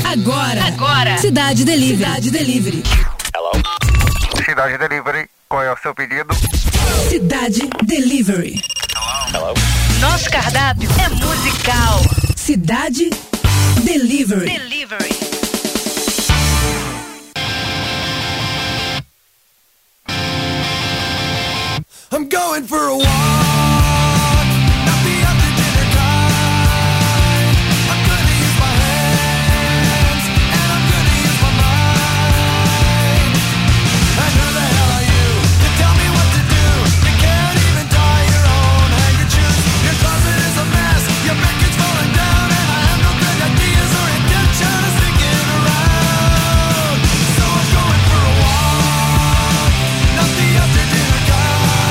Agora. Cidade Delivery. Hello? Cidade Delivery, qual é o seu pedido? Cidade Delivery. Hello? Nosso cardápio é musical. Cidade Delivery. I'm going for a walk, not the after dinner kind. I'm gonna use my hands, and I'm gonna use my mind. And who the hell are you to tell me what to do? You can't even tie your own handkerchief. Your closet is a mess, your bacon's falling down, and I have no good ideas or intention of sticking around. So I'm going for a walk, not the after dinner kind.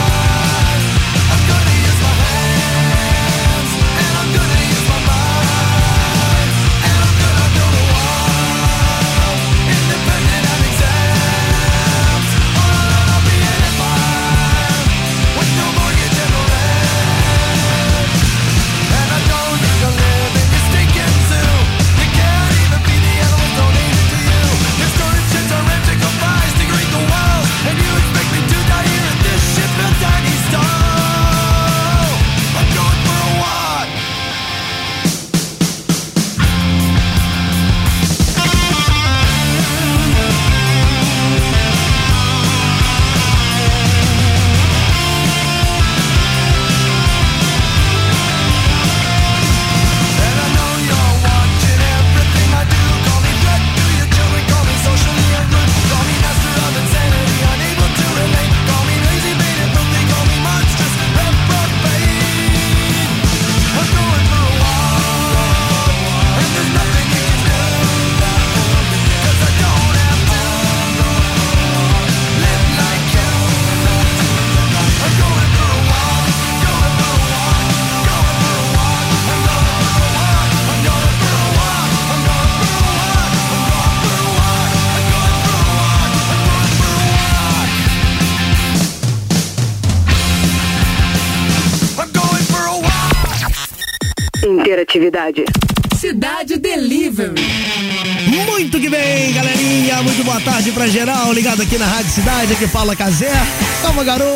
Interatividade. Cidade Delivery. Muito que bem, galerinha. Muito boa tarde pra geral. Ligado aqui na Rádio Cidade, aqui fala Cazé. Calma, garoto.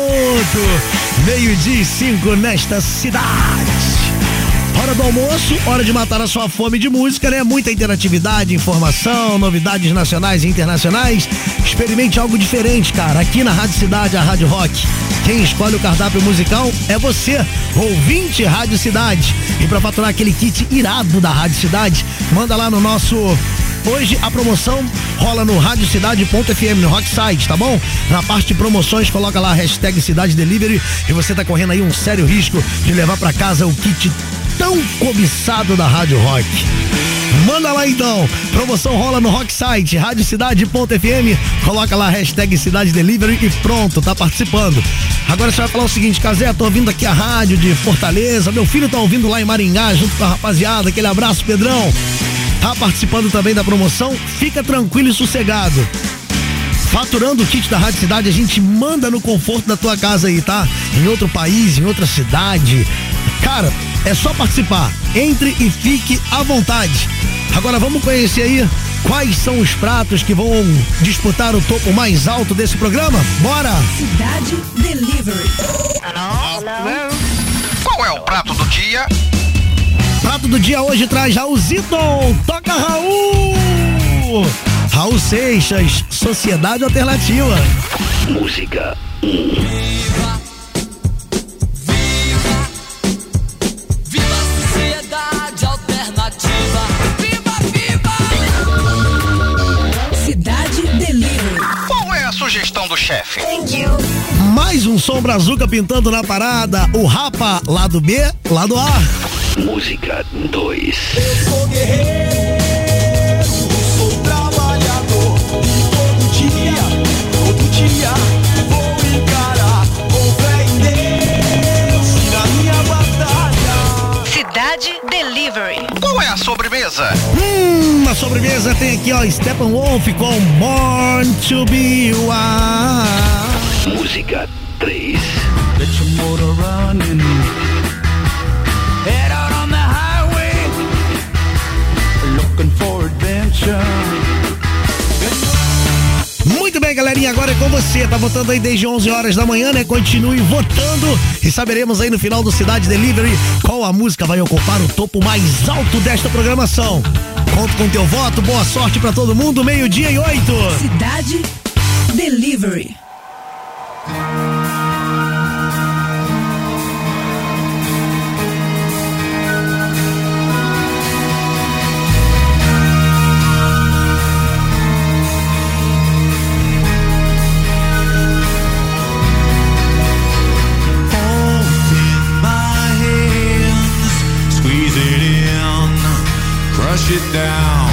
12:05 nesta cidade. Hora do almoço, hora de matar a sua fome de música, né? Muita interatividade, informação, novidades nacionais e internacionais. Experimente algo diferente, cara. Aqui na Rádio Cidade, a Rádio Rock. Quem escolhe o cardápio musical é você, ouvinte Rádio Cidade. E pra faturar aquele kit irado da Rádio Cidade, manda lá no nosso... Hoje a promoção rola no radiocidade.fm, no Rock Site, tá bom? Na parte de promoções, coloca lá a hashtag Cidade Delivery e você tá correndo aí um sério risco de levar pra casa o kit tão cobiçado da Rádio Rock. Manda lá então, promoção rola no Rock Site, radiocidade.fm, coloca lá a hashtag Cidade Delivery e pronto, tá participando. Agora você vai falar o seguinte, Cazé, tô ouvindo aqui a rádio de Fortaleza, meu filho tá ouvindo lá em Maringá, junto com a rapaziada, aquele abraço, Pedrão. Tá participando também da promoção, fica tranquilo e sossegado. Faturando o kit da Rádio Cidade, a gente manda no conforto da tua casa aí, tá? Em outro país, em outra cidade. Cara, é só participar. Entre e fique à vontade. Agora vamos conhecer aí quais são os pratos que vão disputar o topo mais alto desse programa? Bora! Cidade Delivery. Hello? Qual é o prato do dia? Prato do dia hoje traz Raul Zidon. Toca, Raul! Raul Seixas, Sociedade Alternativa. Música. Viva a sociedade alternativa. Viva! Cidade Delivery. Qual é a sugestão do chefe? Mais um som brazuca pintando na parada. O Rapa, lado B, lado A. Música 2. Eu sou guerreiro, sou trabalhador e todo dia vou encarar com fé em Deus e na minha batalha. Cidade Delivery. Qual é a sobremesa? Na sobremesa tem aqui, ó, Steppenwolf com Born to Be Wild. Música 3. Get your motor running. Head out on the highway, looking for adventure. galerinha, agora é com você. Tá votando aí desde 11 horas da manhã, né? Continue votando e saberemos aí no final do Cidade Delivery qual a música vai ocupar o topo mais alto desta programação. Conto com teu voto, boa sorte pra todo mundo, 12:08. Cidade Delivery. Crush it down.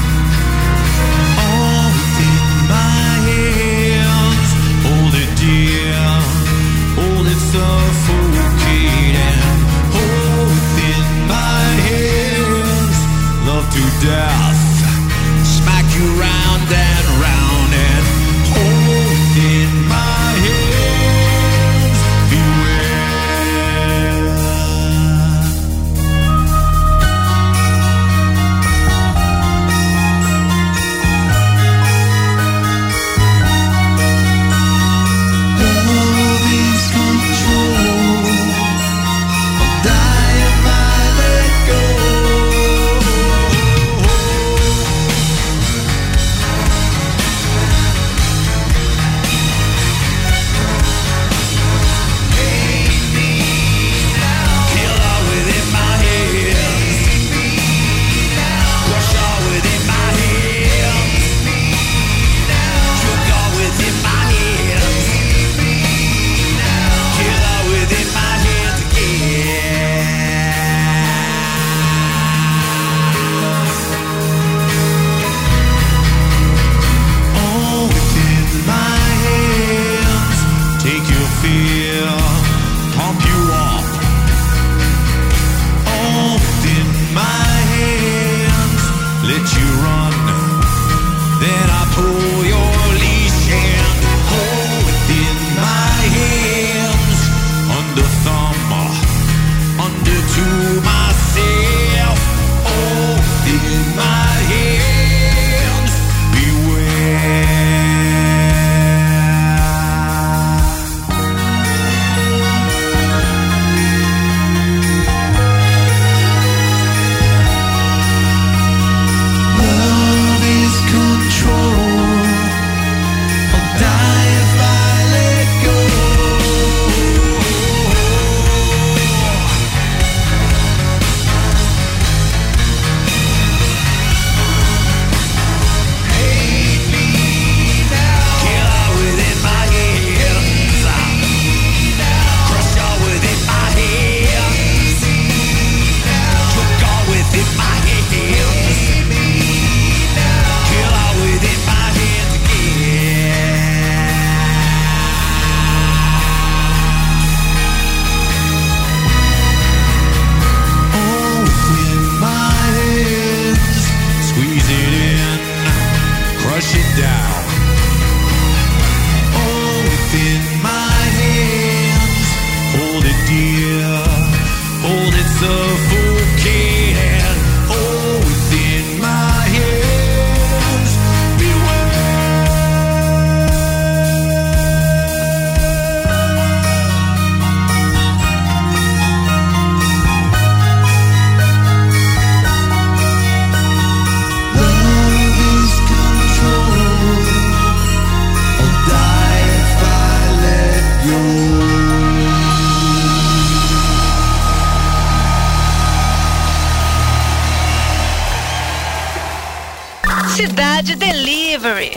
All within my hands. Hold it dear. Hold it suffocating. Hold within my hands. Love to death. Smack you round and round and hold within my hands. Beware. Cidade Delivery.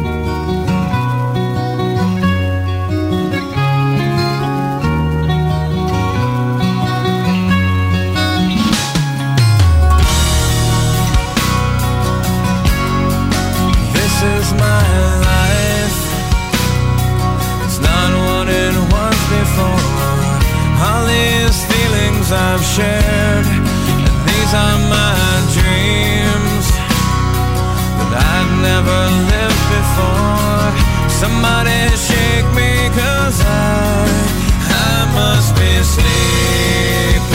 I've shared, and these are my dreams that I've never lived before. Somebody shake me, 'cause I must be sleeping.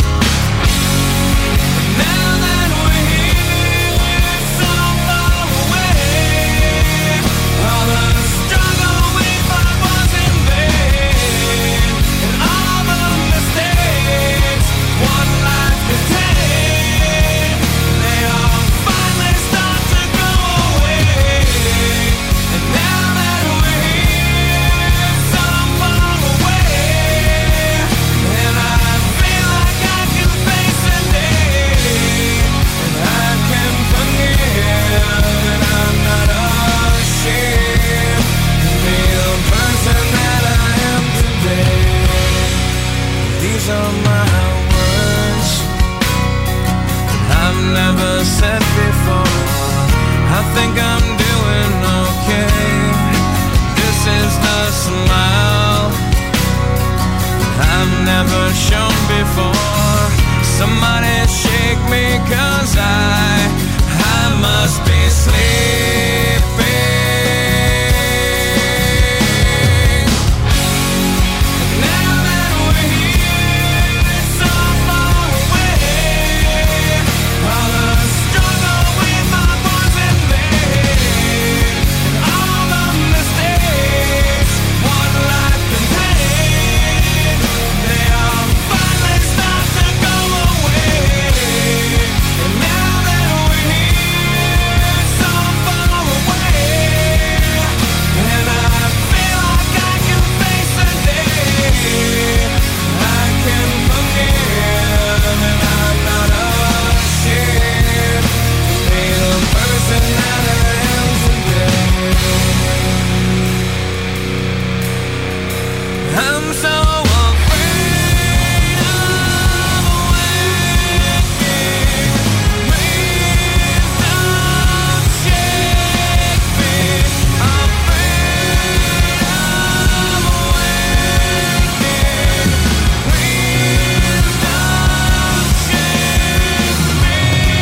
Now that we're here, so far away. met before. I think I'm doing okay. This is the smile I've never shown before. Somebody shake me, 'cause I must be sleeping. Now that we're here, so far away, all the struggle with my boys and me, all the mistakes one life contained, they all finally start to go away. And now that we're here, so far away, and I feel like I can face the day, I can forgive, and I'm not ashamed to be the person that I am today. I'm so afraid of waking. Please don't shake me. Afraid of waking. Please don't shake me.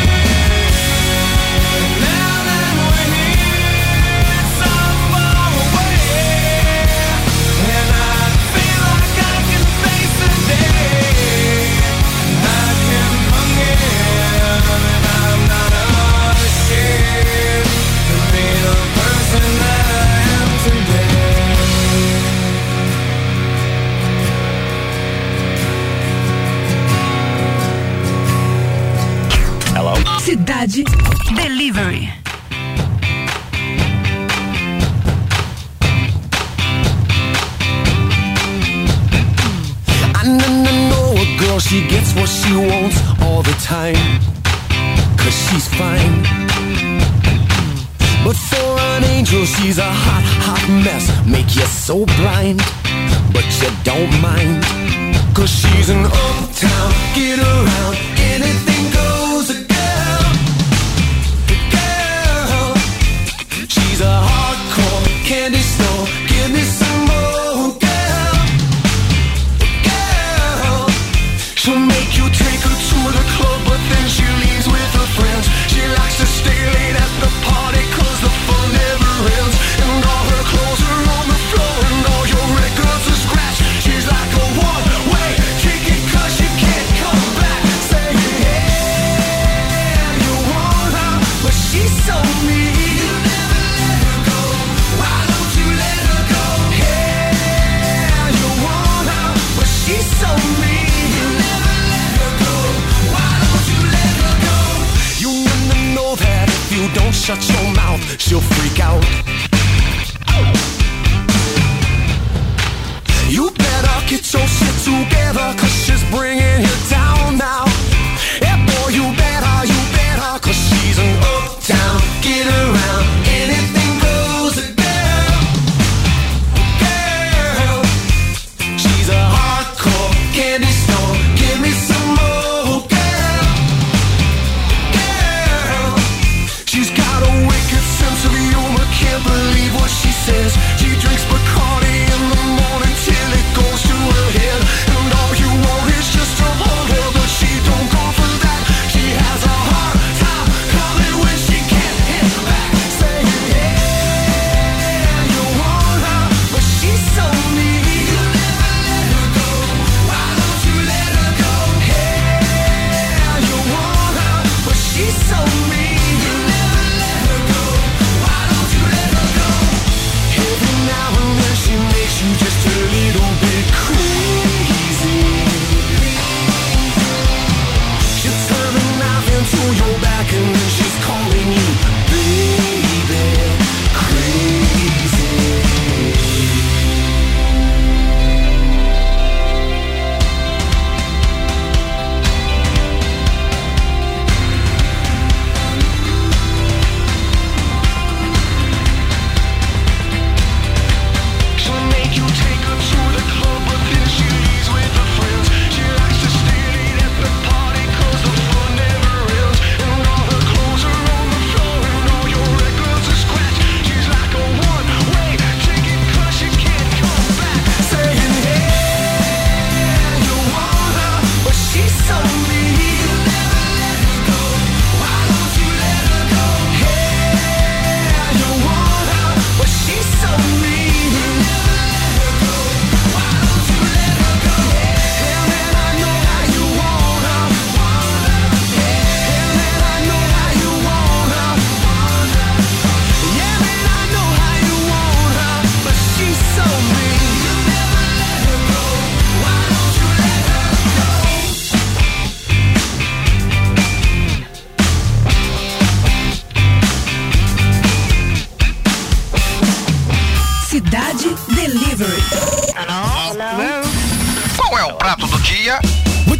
Now that we're here, so far away, and I feel like I can face the day, I can forgive, and I'm not ashamed to be the person that I am today. Hello? Cidade Delivery. I know a girl, she gets what she wants all the time, 'cause she's fine. But for an angel, she's a hot, hot mess. Make you so blind, but you don't mind, 'cause she's an uptown, get around, anything goes, a girl. Girl, she's a hardcore candy store, give me some more, girl. Girl, she'll make you take her to the club, but then she leaves with her friends. She likes to stay late at the party, 'cause the fun never ends. And all her clothes are on the floor, and all your records are scratched. She's like a one-way ticket, 'cause you can't come back. Say, yeah, you want her, but she's so mean. You never let her go, why don't you let her go? Yeah, you want her, but she's so mean. You never let her go, why don't you let her go? You know that if you don't shut your mouth, she'll freak out. You better get your shit together, 'cause she's bringing you down now. Yeah, boy, you better, 'cause she's an uptown, get around, anything goes, a girl. Girl, she's a hardcore candy store, give me some more, girl. Girl, she's got a wicked sense of humor, can't believe what she says. She drinks Bacardi in the morning till it goes to her head, and all you want is just to hold her, but she don't go for that. She has a hard time coming when she can't hit back. Say, yeah, you want her, but she's so mean. You never let her go, why don't you let her go? Yeah, you want her, but she's so mean. You never let her go, why don't you let her go?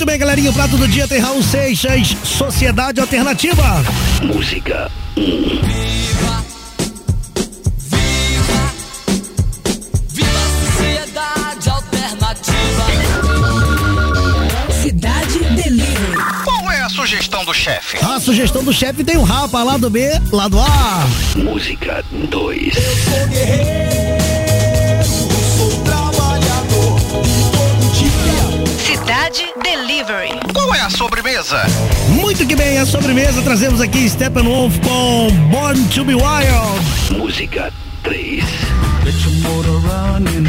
bem, galerinha, o prato do dia tem Raul Seixas, Sociedade Alternativa. Música 1. Viva a sociedade alternativa. Cidade Delivery. Qual é a sugestão do chefe? A sugestão do chefe tem o Rapa, lado B, lado A. Música 2. Sou guerreiro, sou trabalhador e todo dia. Cidade Delivery. Qual é a sobremesa? Muito que bem, a sobremesa trazemos aqui Steppenwolf com Born to be Wild. Música 3. Get your motor running.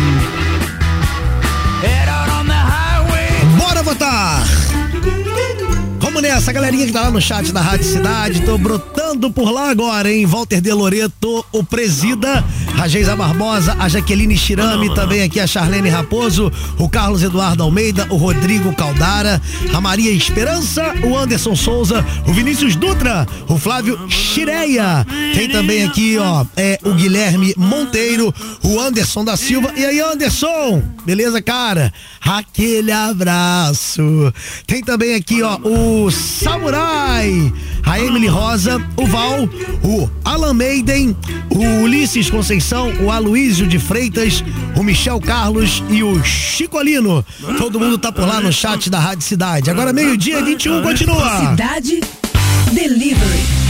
Head out on the highway. Bora votar! Vamos nessa, galerinha que tá lá no chat da Rádio Cidade, tô brotando por lá agora, hein? Walter de Loreto, o Presida, a Geisa Barbosa, a Jaqueline Chirame, também aqui a Charlene Raposo, o Carlos Eduardo Almeida, o Rodrigo Caldara, a Maria Esperança, o Anderson Souza, o Vinícius Dutra, o Flávio Chireia, tem também aqui, ó, o Guilherme Monteiro, o Anderson da Silva. E aí, Anderson? Beleza, cara? Aquele abraço. Tem também aqui, ó, o Samurai, a Emily Rosa, o Val, o Alan Maiden, o Ulisses Conceição, o Aloísio de Freitas, o Michel Carlos e o Chicolino. Todo mundo tá por lá no chat da Rádio Cidade. Agora 12:21, continua. Cidade Delivery.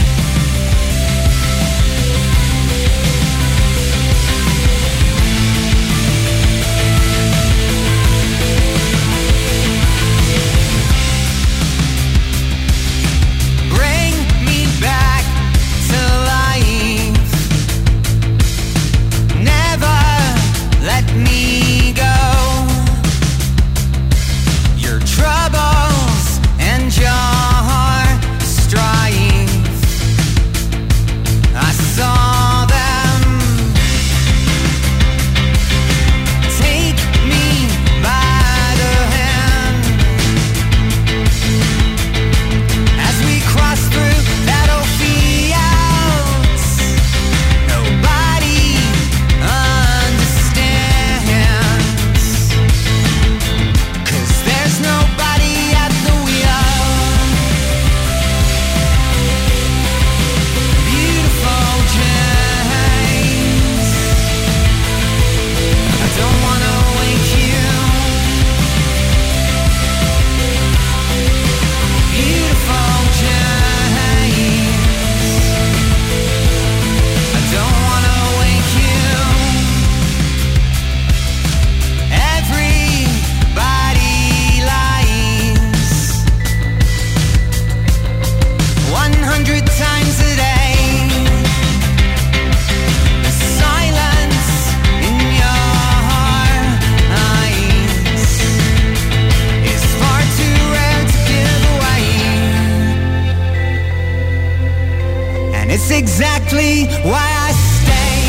Exactly why I stay.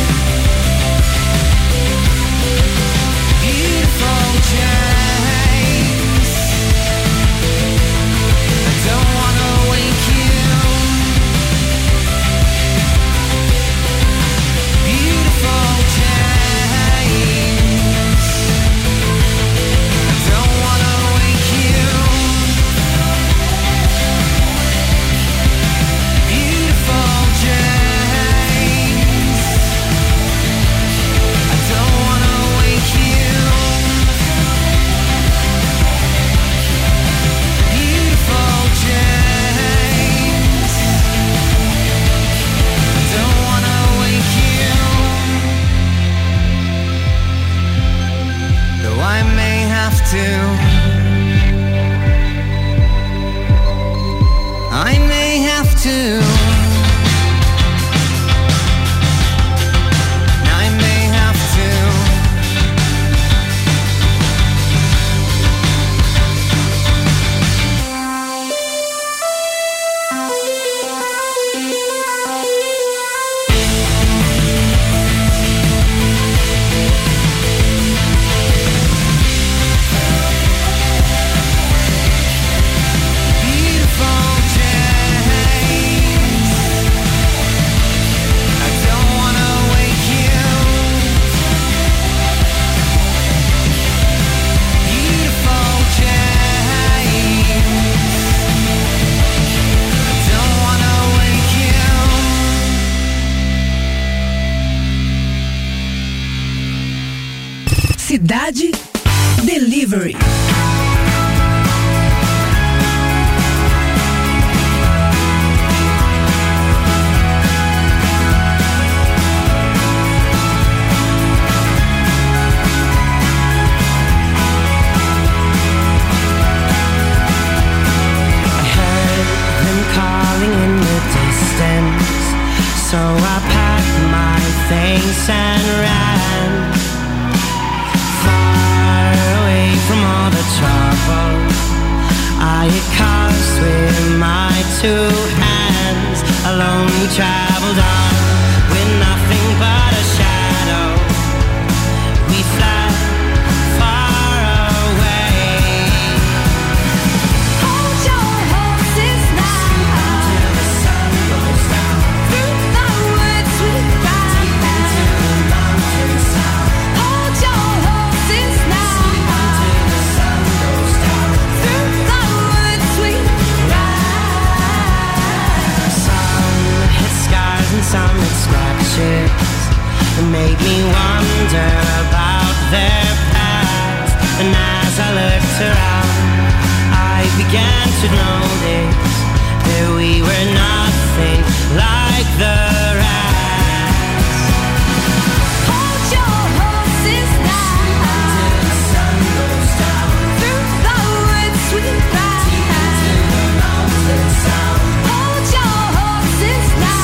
Beautiful James, I don't wanna wake you. Beautiful James, I don't wanna wake you. Beautiful James. Cidade Delivery. In the distance, so I packed my things and ran far away from all the trouble I had caused with my two hands. Alone we traveled on with nothing but a shadow. We fled far away. Hold your horses now. Some had scratches that made me wonder about their past. And as I looked around, I began to notice that we were nothing like the rest. Hold your horses now. Until the sun goes down. Through the woods we ride. Into the mountain sound. Hold your horses now.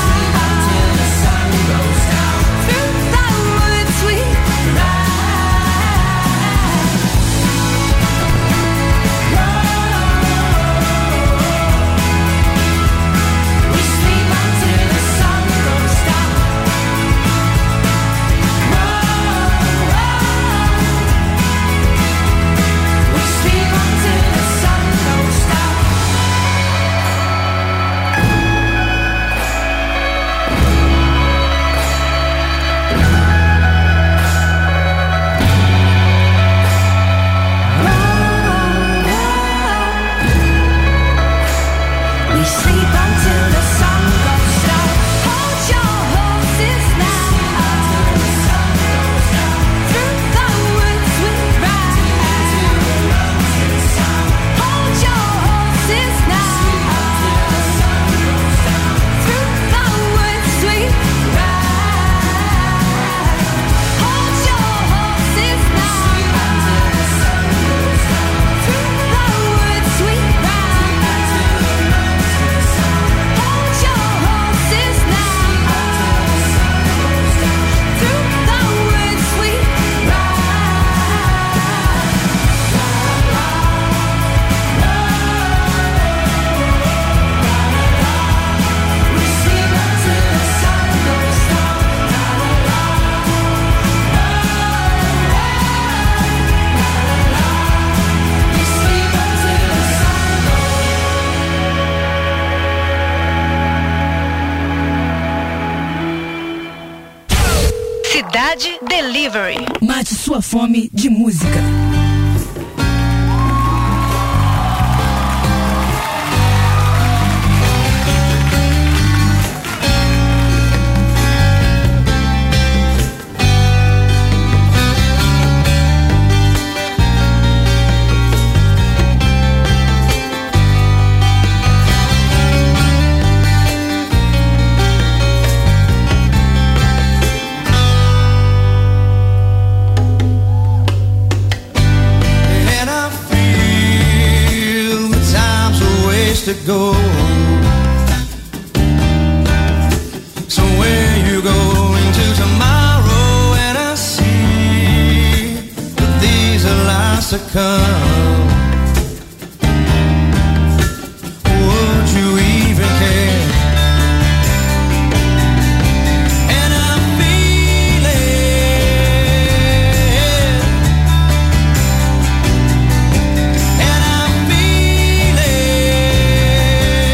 Cidade Delivery. Mate sua fome de música. To go. So where you going to tomorrow? And I see that these are lies to come. Would you even care? And I'm feeling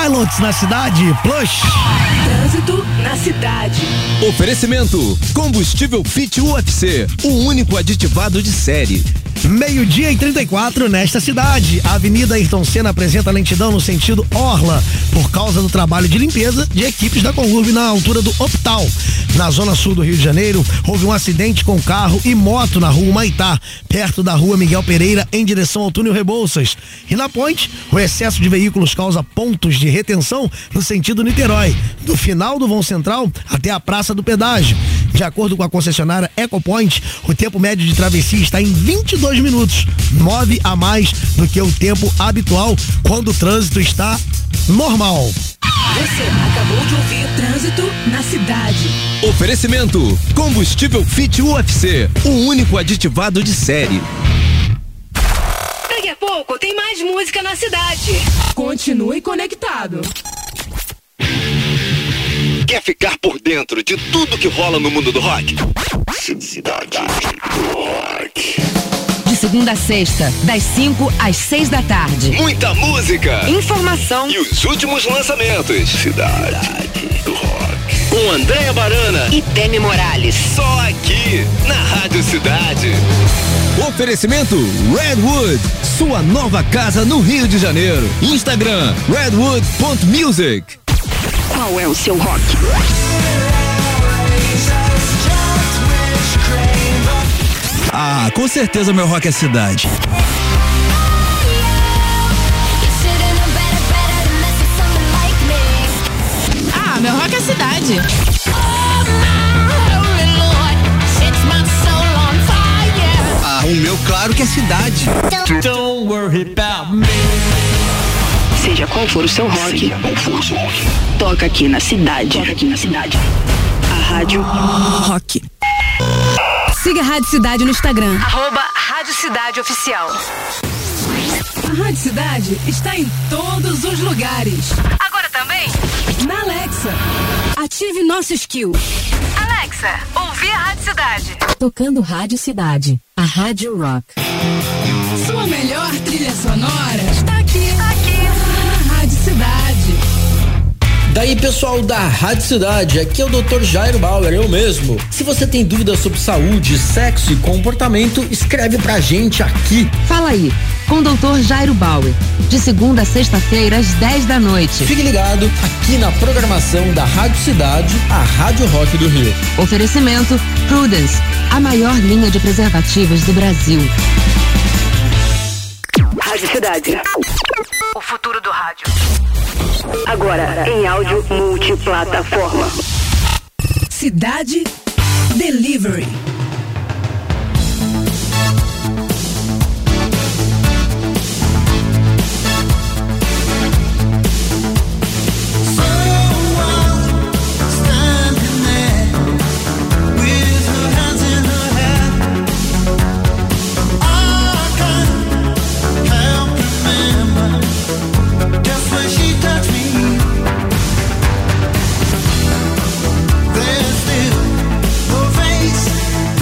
Pilots na cidade, Plush. Trânsito na cidade. Oferecimento: combustível Fit UFC, o único aditivado de série. 12:34 nesta cidade. A Avenida Ayrton Senna apresenta lentidão no sentido Orla, por causa do trabalho de limpeza de equipes da Conlurb na altura do Hospital. Na zona sul do Rio de Janeiro, houve um acidente com carro e moto na rua Humaitá, perto da rua Miguel Pereira, em direção ao túnel Rebouças. E na ponte, o excesso de veículos causa pontos de retenção no sentido Niterói, do final do vão central até a Praça do Pedágio. De acordo com a concessionária Ecopoint, o tempo médio de travessia está em 22 minutos, 9 a mais do que o tempo habitual quando o trânsito está normal. Você acabou de ouvir Trânsito na cidade. Oferecimento: combustível Fit UFC, o único aditivado de série. Daqui a pouco tem mais música na cidade. Continue conectado. Quer ficar por dentro de tudo que rola no mundo do rock? Cidade do Rock. De segunda a sexta, das 5 às 6 da tarde. Muita música Informação e os últimos lançamentos. Cidade do Rock. Com Andréa Barana e Demi Morales. só aqui na Rádio Cidade. Oferecimento: Redwood, sua nova casa no Rio de Janeiro. Instagram: redwood.music. Qual é o seu rock? Ah, com certeza meu rock é cidade. Ah, meu rock é cidade. Ah, o meu claro que é cidade. Seja qual for o seu rock, toca aqui na cidade. A Rádio Rock. Siga a Rádio Cidade no Instagram. Rádio Cidade Oficial. A Rádio Cidade está em todos os lugares. Agora também? Na Alexa. Ative nosso skill. Alexa, ouvir a Rádio Cidade. Tocando Rádio Cidade, a Rádio Rock. Sua melhor trilha sonora está aqui. Na Rádio Cidade. Daí, pessoal da Rádio Cidade, aqui é o Dr. Jairo Bauer, eu mesmo. Se você tem dúvidas sobre saúde, sexo e comportamento, escreve pra gente aqui. Fala aí, com o Dr. Jairo Bauer, de segunda a sexta-feira às 10 da noite. Fique ligado aqui na programação da Rádio Cidade, a Rádio Rock do Rio. Oferecimento Prudence, a maior linha de preservativos do Brasil. Rádio Cidade. O futuro do rádio. Agora em áudio multiplataforma. Cidade Delivery. There's still no face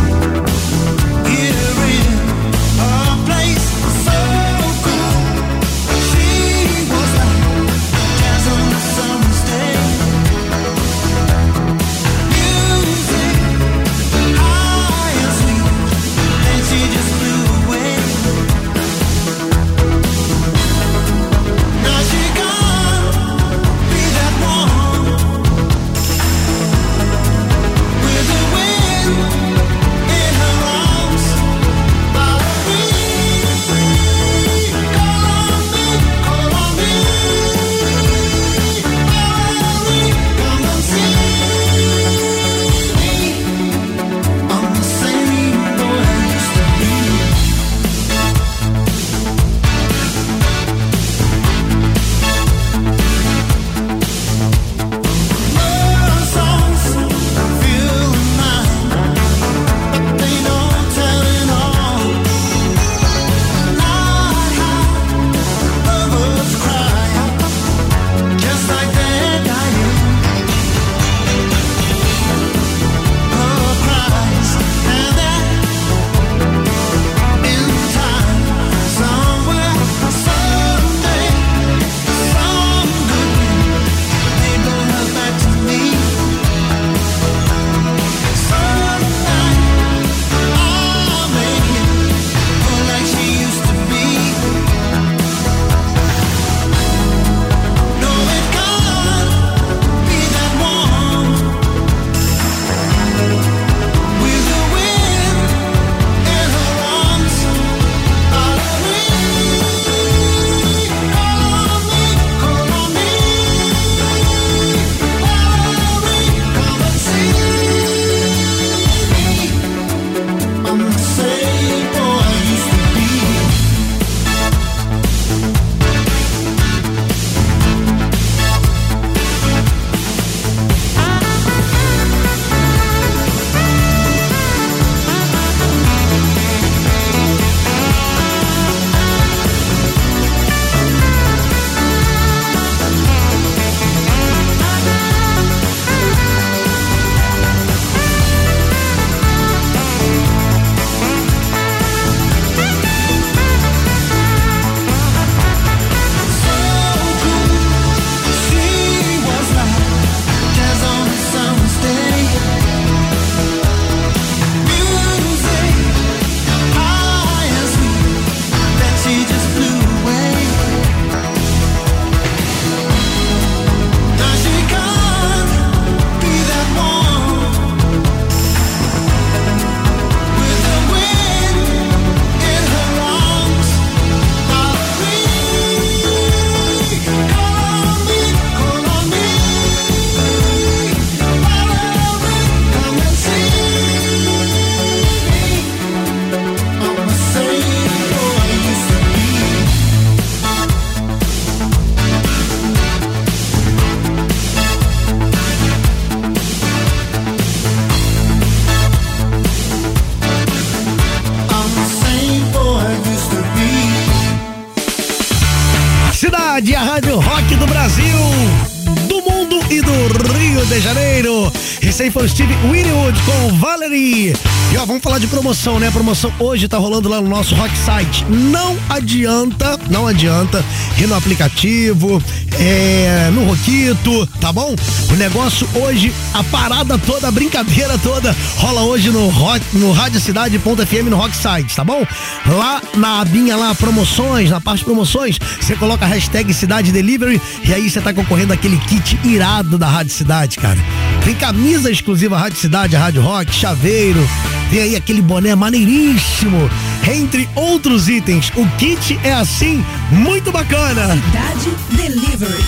Cidade, a Rádio Rock do Brasil, do mundo e do Rio de Janeiro. Esse aí foi o Steve Winwood com Valerie. E ó, vamos falar de promoção, né? A promoção hoje tá rolando lá no nosso Rock Site. Não adianta ir no aplicativo, no Roquito, tá bom? O negócio hoje, a parada toda, a brincadeira toda, rola hoje no radiocidade.fm no Rock Site, tá bom? Lá na abinha lá, promoções, na parte de promoções, você coloca a hashtag Cidade Delivery e aí você tá concorrendo àquele kit irado da Rádio Cidade, cara. Tem camisa exclusiva Rádio Cidade, a Rádio Rock, chaveiro, tem aí aquele boné maneiríssimo, entre outros itens. O kit é assim, muito bacana. Cidade Delivery.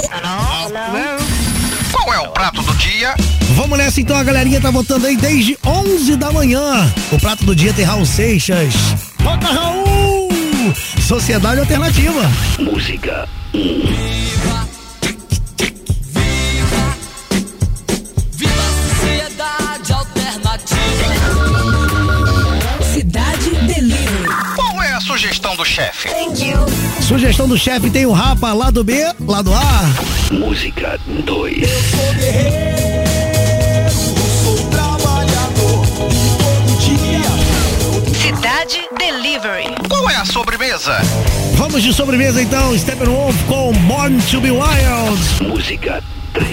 Qual é o prato do dia? Vamos nessa então, a galerinha tá votando aí desde 11 da manhã. O prato do dia tem Raul Seixas. Toca, Raul! Sociedade Alternativa. Música. Sociedade Alternativa. Cidade Delivery. Qual é a sugestão do chefe? Sugestão do chefe tem o Rapa, lado B, lado A. Música 2. Sou guerreiro, sou trabalhador todo dia. Cidade Delivery. Qual é a sobremesa? Vamos de sobremesa então, Steppenwolf com Born to be Wild. Música 3.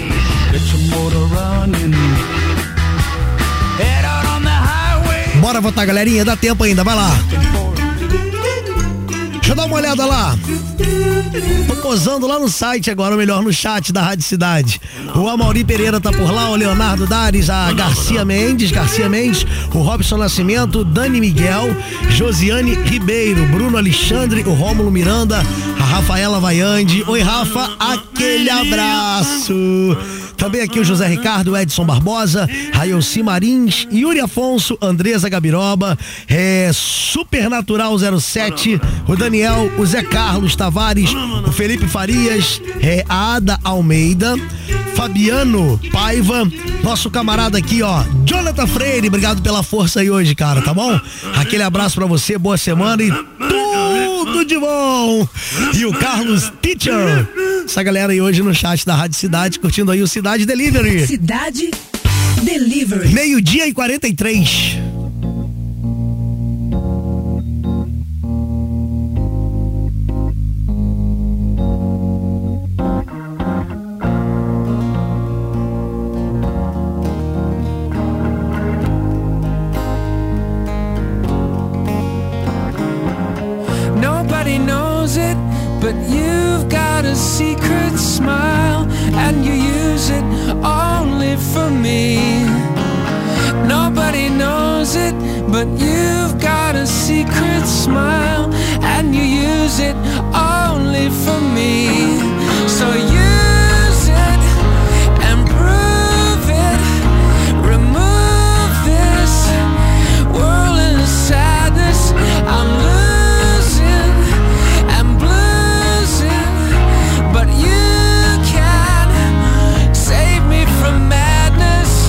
Bora votar, galerinha, dá tempo ainda, vai lá. Deixa eu dar uma olhada lá. Tô posando lá no site agora, ou melhor, no chat da Rádio Cidade. O Amaury Pereira tá por lá, o Leonardo Dares, a Garcia Mendes, o Robson Nascimento, Dani Miguel, Josiane Ribeiro, Bruno Alexandre, o Rômulo Miranda, a Rafaela Vaiande. Oi, Rafa, aquele abraço. Também aqui o José Ricardo, Edson Barbosa, Railci Marins, Yuri Afonso, Andresa Gabiroba, Supernatural 07, o Daniel, o Zé Carlos Tavares, o Felipe Farias, a Ada Almeida, Fabiano Paiva, nosso camarada aqui, ó, Jonathan Freire, obrigado pela força aí hoje, cara, tá bom? Aquele abraço pra você, boa semana e tudo de bom! E o Carlos Teacher, essa galera aí hoje no chat da Rádio Cidade, curtindo aí o Cidade Delivery. Cidade Delivery. 12:43. Nobody knows it, but you've got a secret smile, and you use it only for me. Nobody knows it, but you've got a secret smile, and you use it only for me. So use it and prove it. Remove this whirling sadness. I'm losing and bluesing, but you can save me from madness.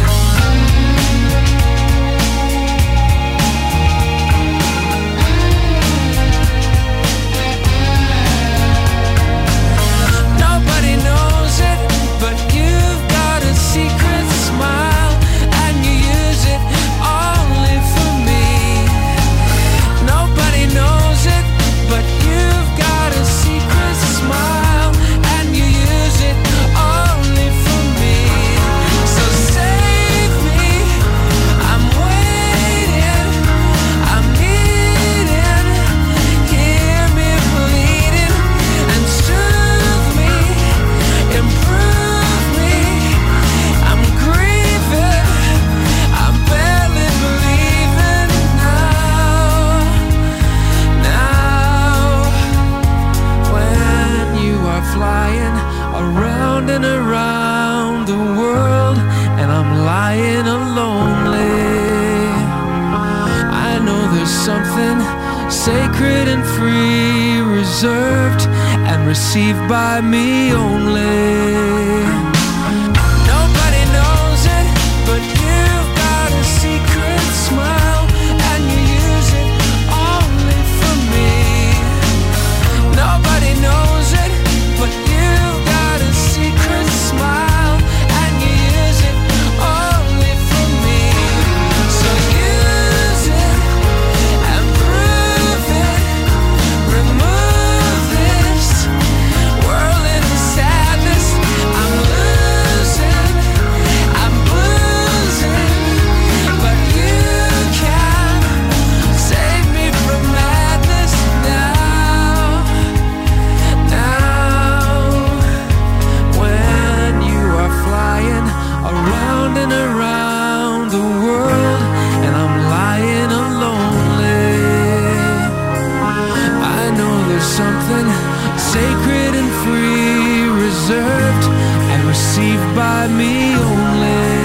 Nobody knows it, but you've got a secret smile, and you use it only for me. Nobody knows it, but you've got a secret smile, and you use it only for me. So save me, I'm waiting, I'm needing, hear me bleeding, and soothe me, improve me. I'm grieving, I'm barely believing now, when you are flying around and around the world, and I'm lying lonely. I know there's something sacred and free, reserved and received by me only. Nobody knows it, but you've got a secret smile, and you use it only for me. Nobody knows it, but by me only.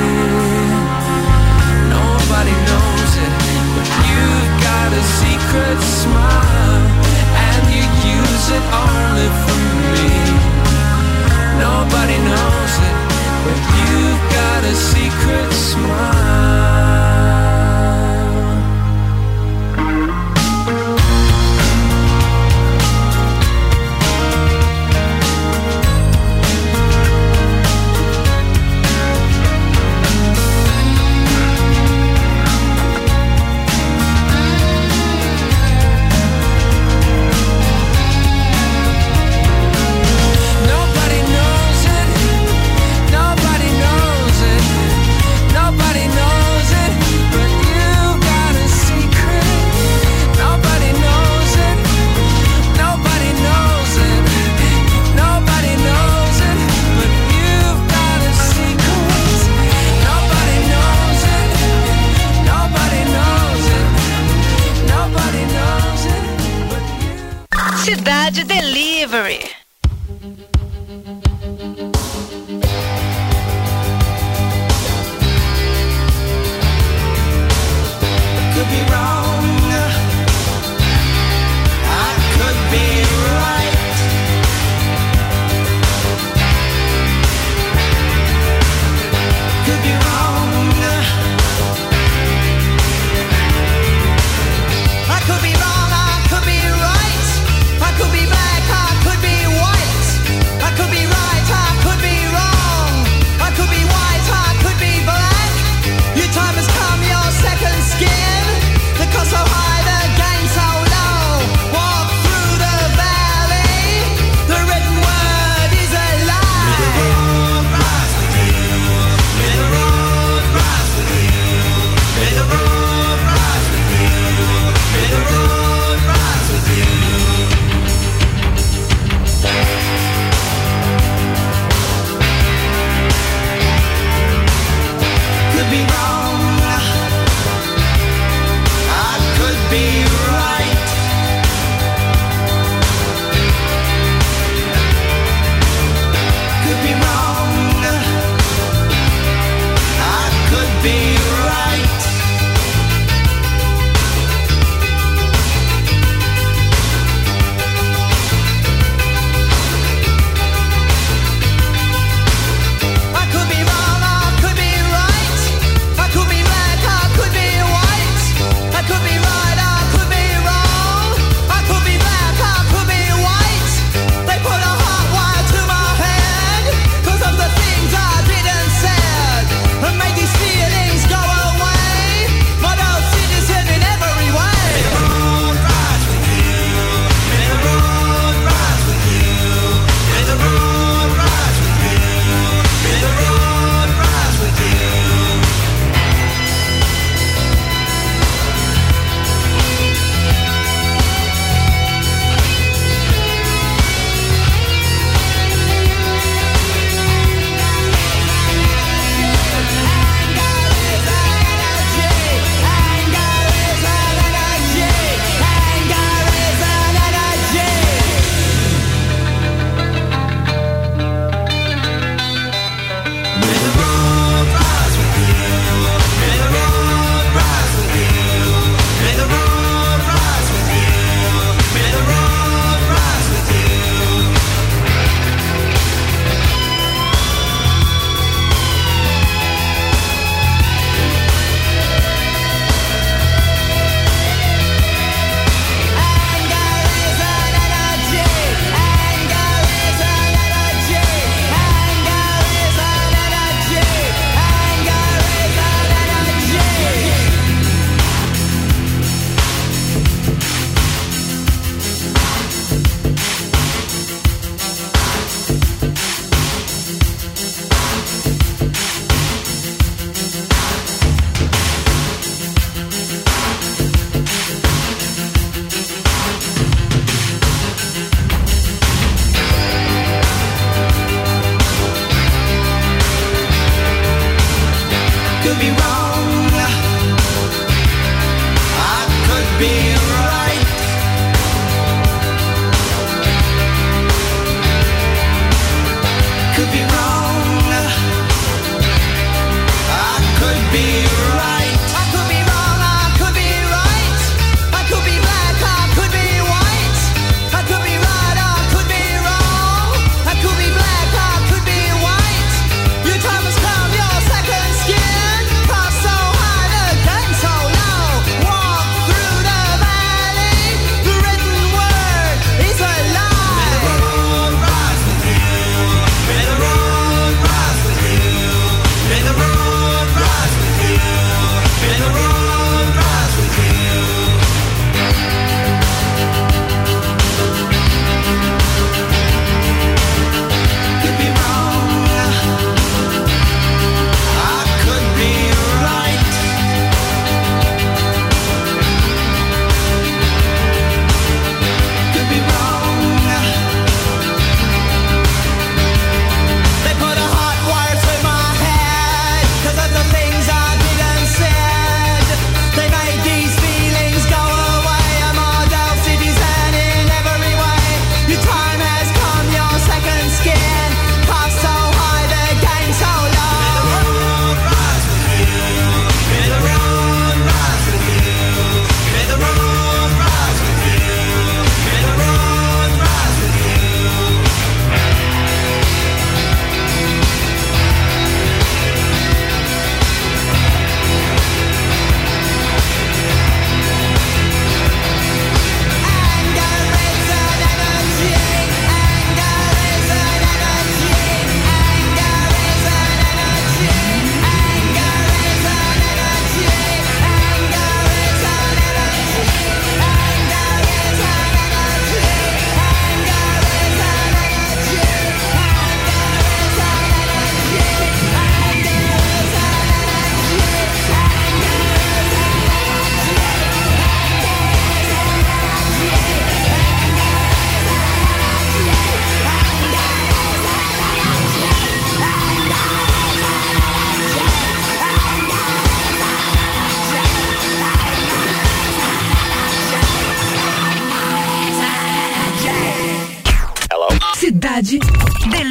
Nobody knows it, but you've got a secret smile, and you use it only for me. Nobody knows it, but you've got a secret smile. Cidade Delivery. Could be wrong, I could be right. Could be wrong, I could be wrong, I could be right. I could be black, I could be white. I could be right, I could be wrong. I could be white, I could be black. Your time has come, your second skin. The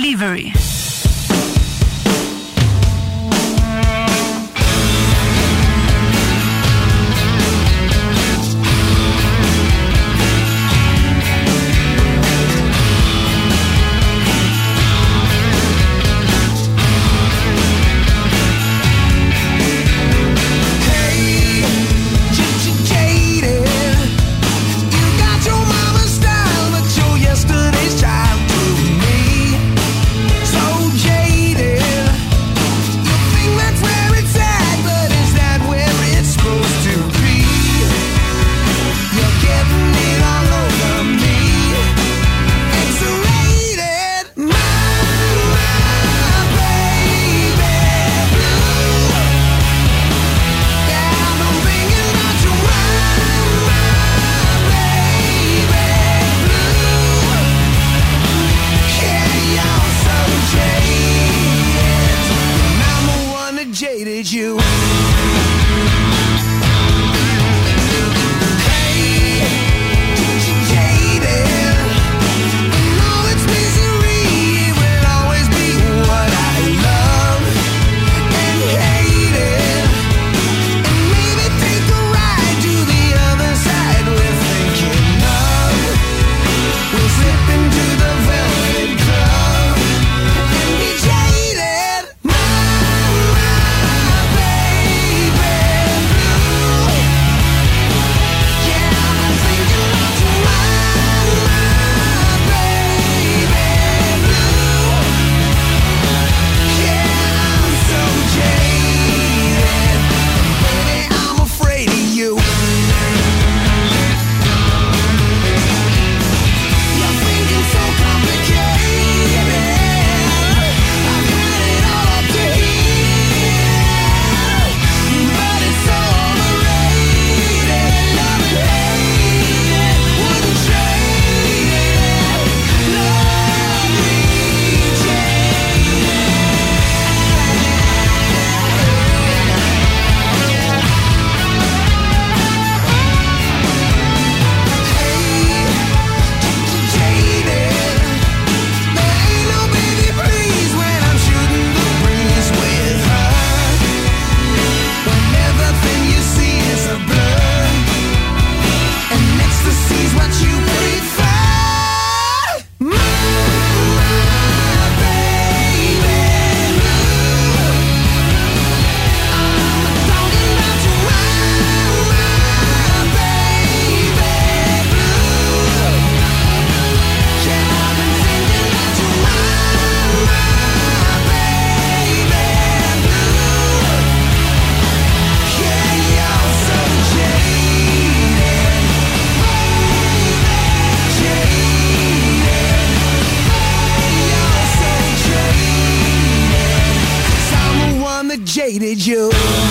Delivery. Jaded you.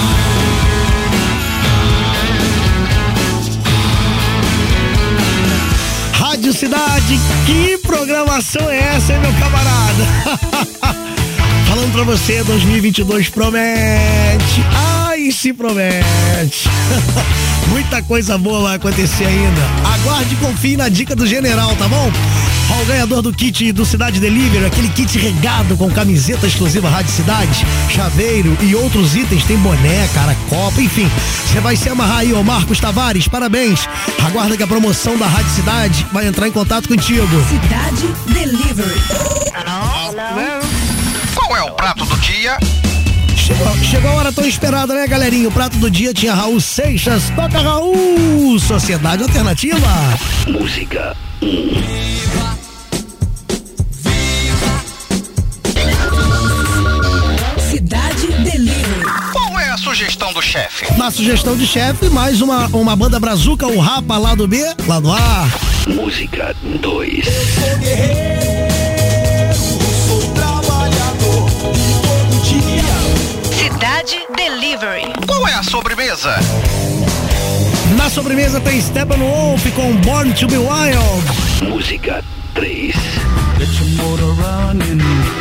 Rádio Cidade, que programação é essa, hein, meu camarada? Falando pra você, 2022 promete. Ai, se promete. Muita coisa boa vai acontecer ainda. Aguarde e confie na dica do general, tá bom? Ó, o ganhador do kit do Cidade Delivery, aquele kit regado com camiseta exclusiva Rádio Cidade, chaveiro e outros itens, tem boné, cara, copa, enfim. Você vai se amarrar aí, ô Marcos Tavares, parabéns. Aguarda que a promoção da Rádio Cidade vai entrar em contato contigo. Cidade Delivery. Qual é o prato do dia? Chegou a hora tão esperada, né, galerinha? O prato do dia tinha Raul Seixas. Toca, Raul! Sociedade Alternativa. Música. Cidade Delivery. Qual é a sugestão do chefe? Na sugestão de chefe, mais uma banda brazuca, o Rapa, lado B, lado A. Música 2. Sou guerreiro, sou trabalhador todo dia. Cidade Delivery. Qual é a sobremesa? Na sobremesa tem Steppenwolf com Born to be Wild. Música 3. Get your motor running.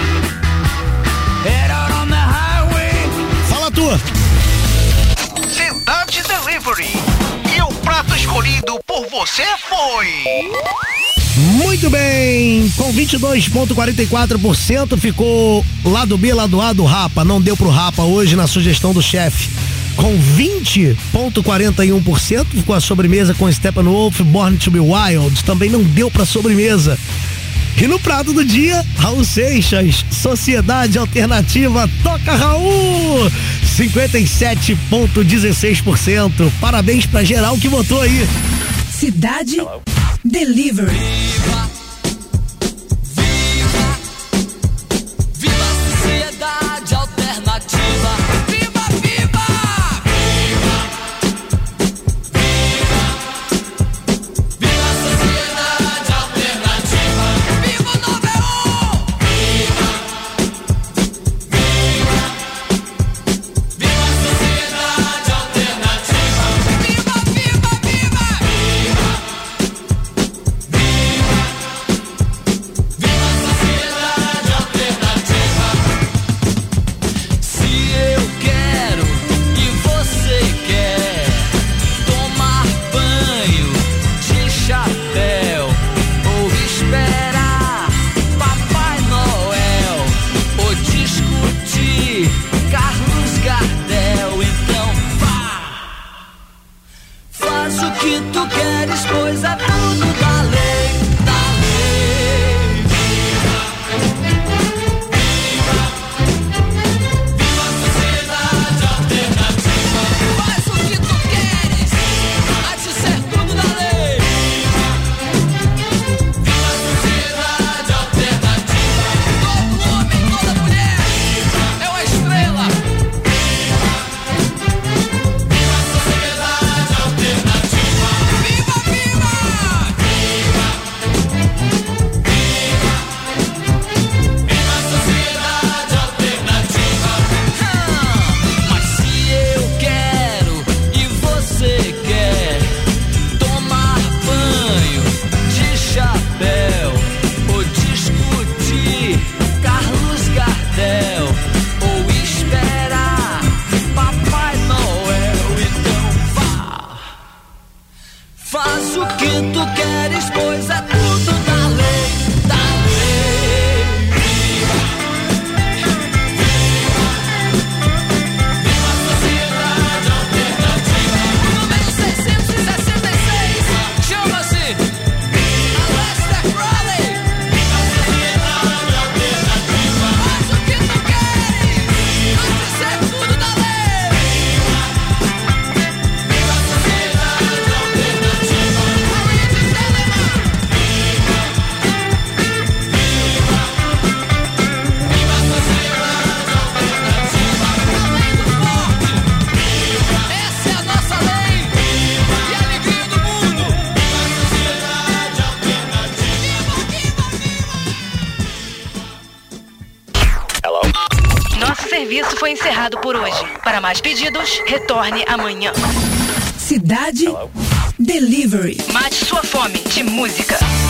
Head out on the highway. Fala tu. Cidade Delivery. E o prato escolhido por você foi. Muito bem, com 22,44% ficou lado B, lado A do Rapa. Não deu pro Rapa hoje na sugestão do chefe. Com 20,41% ficou a sobremesa com Steppenwolf, Born to be Wild. Também não deu pra sobremesa. E no prato do dia, Raul Seixas, Sociedade Alternativa, toca Raul! 57,16%. Parabéns pra geral que votou aí. Cidade Delivery. Viva a sociedade alternativa. Viva, viva! Viva a sociedade alternativa. Viva o 91! Viva a sociedade alternativa. Viva, viva, viva! Serviço foi encerrado por hoje. Para mais pedidos, retorne amanhã. Cidade Delivery. Mate sua fome de música.